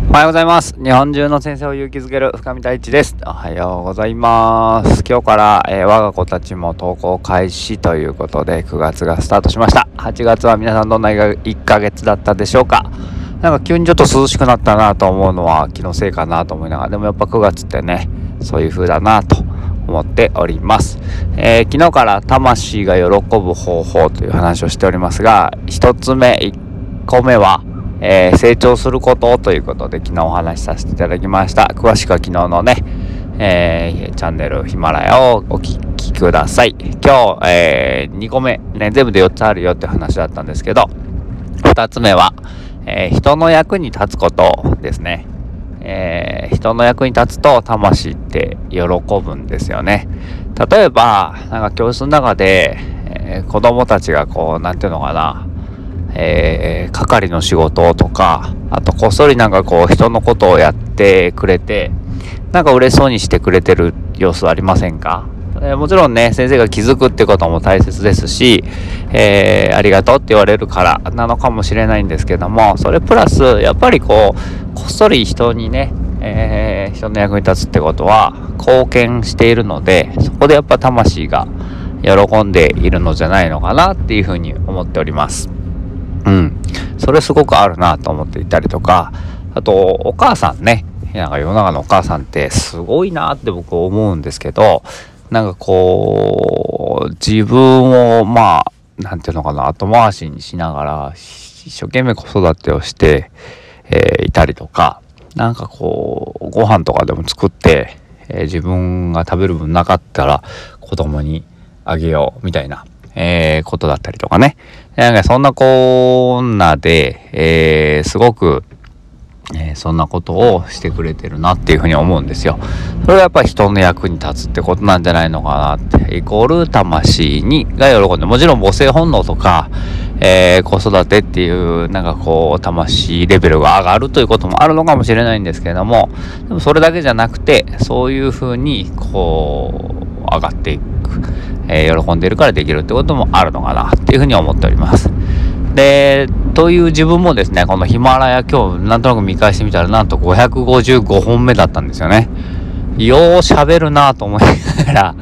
おはようございます。日本中の先生を勇気づける深見太一です。おはようございます。今日から、我が子たちも登校開始ということで9月がスタートしました。8月は皆さんどんな1ヶ月だったでしょうか。なんか急にちょっと涼しくなったなと思うのは気のせいかなと思いながら、でもやっぱ9月ってね、そういう風だなと思っております。昨日から魂が喜ぶ方法という話をしておりますが、1個目は成長することということで昨日お話しさせていただきました。詳しくは昨日のね、チャンネルヒマラヤをお聞きください。今日、2個目、ね、全部で4つあるよって話だったんですけど、2つ目は、人の役に立つことですね。人の役に立つと魂って喜ぶんですよね。例えばなんか教室の中で、子供たちがこうなんていうのかな、係の仕事とか、あとこっそりなんかこう人のことをやってくれて、なんか嬉しそうにしてくれてる様子ありませんか？もちろんね、先生が気づくってことも大切ですし、ありがとうって言われるからなのかもしれないんですけども、それプラスやっぱりこっそり人にね、人の役に立つってことは貢献しているので、そこでやっぱ魂が喜んでいるのじゃないのかなっていうふうに思っております。それすごくあるなと思っていたりとか、あとお母さんね、なんか世の中のお母さんってすごいなって僕思うんですけど、なんかこう自分をなんていうのかな、後回しにしながら一生懸命子育てをして、いたりとか、なんかこうご飯とかでも作って、自分が食べる分なかったら子供にあげようみたいなことだったりとかね。なんかそんなこんなで、すごく、そんなことをしてくれてるなっていうふうに思うんですよ。それがやっぱり人の役に立つってことなんじゃないのかなって。イコール魂が喜んで、もちろん母性本能とか、子育てっていうなんかこう魂レベルが上がるということもあるのかもしれないんですけれども、でもそれだけじゃなくて、そういうふうにこう上がっていく、喜んでいるからできるってこともあるのかなっていうふうに思っております。で、という自分もですね、このヒマラヤ今日なんとなく見返してみたらなんと555本目だったんですよね。よう喋るなと思いながら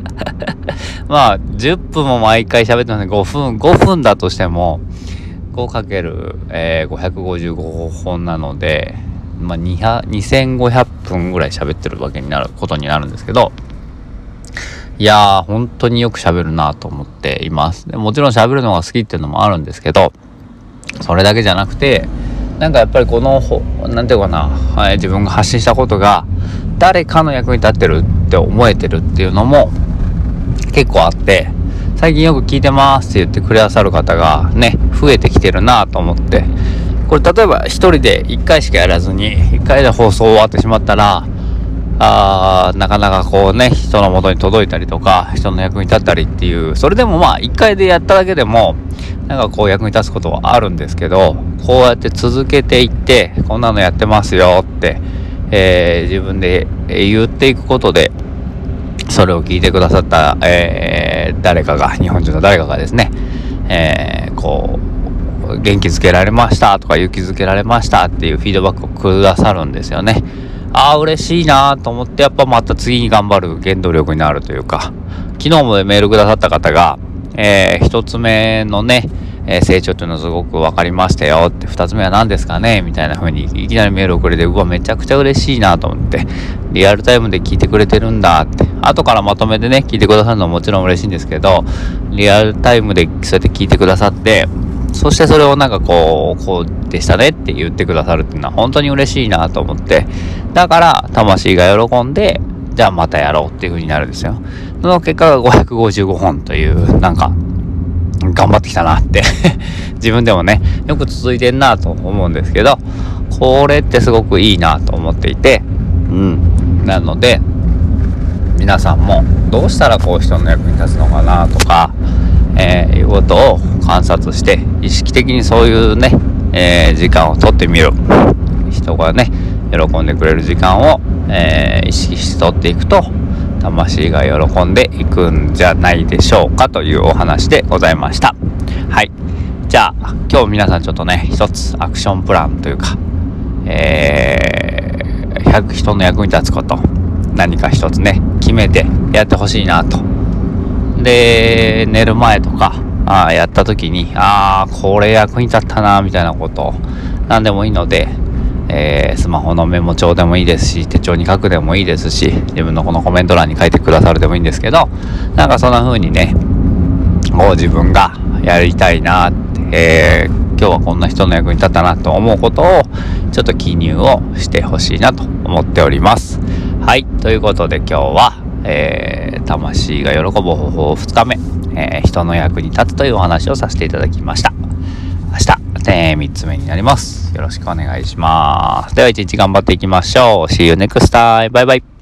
10分も毎回喋ってますね。5分だとしても 5×555 本なので、2500分ぐらい喋ってることになるんですけど、いやー本当によく喋るなと思っています。でもちろん喋るのが好きっていうのもあるんですけど、それだけじゃなくて、なんかやっぱりこのなんていうかな、自分が発信したことが誰かの役に立ってるって思えてるっていうのも結構あって、最近よく聞いてますって言ってくださる方がね、増えてきてるなと思って、これ例えば一人で1回しかやらずに1回で放送終わってしまったら、なかなかこうね、人の元に届いたりとか人の役に立ったりっていう、それでも1回でやっただけでもなんかこう役に立つことはあるんですけど、こうやって続けていってこんなのやってますよって、自分で言っていくことで、それを聞いてくださった、誰かが、日本中の誰かがですね、こう元気づけられましたとか勇気づけられましたっていうフィードバックをくださるんですよね。嬉しいなと思って、やっぱまた次に頑張る原動力になるというか、昨日もメールくださった方が、一つ目のね、成長というのはすごく分かりましたよって、二つ目は何ですかねみたいな風にいきなりメールをくれて、めちゃくちゃ嬉しいなと思って、リアルタイムで聞いてくれてるんだって、後からまとめてね聞いてくださるのはもちろん嬉しいんですけど、リアルタイムでそうやって聞いてくださって、そしてそれをなんかこうでしたねって言ってくださるっていうのは本当に嬉しいなと思って、だから魂が喜んで、じゃあまたやろうっていう風になるんですよ。その結果が555本という、なんか頑張ってきたなって自分でもねよく続いてんなと思うんですけど、これってすごくいいなと思っていて、なので皆さんもどうしたらこう人の役に立つのかなとか、いうことを観察して意識的にそういうね、時間を取ってみる、人がね喜んでくれる時間を、意識して取っていくと魂が喜んでいくんじゃないでしょうかというお話でございました。はい、じゃあ今日皆さんちょっとね一つアクションプランというか、 人の役に立つこと、何か一つね決めてやってほしいなと。で寝る前とかやった時にこれ役に立ったなみたいなこと何でもいいので、スマホのメモ帳でもいいですし、手帳に書くでもいいですし、自分のこのコメント欄に書いてくださるでもいいんですけど、なんかそんな風にね自分がやりたいなって、今日はこんな人の役に立ったなと思うことをちょっと記入をしてほしいなと思っております。はい、ということで今日は、魂が喜ぶ方法2日目、人の役に立つというお話をさせていただきました。明日、3つ目になります。よろしくお願いします。では一日頑張っていきましょう。See you next time. バイバイ。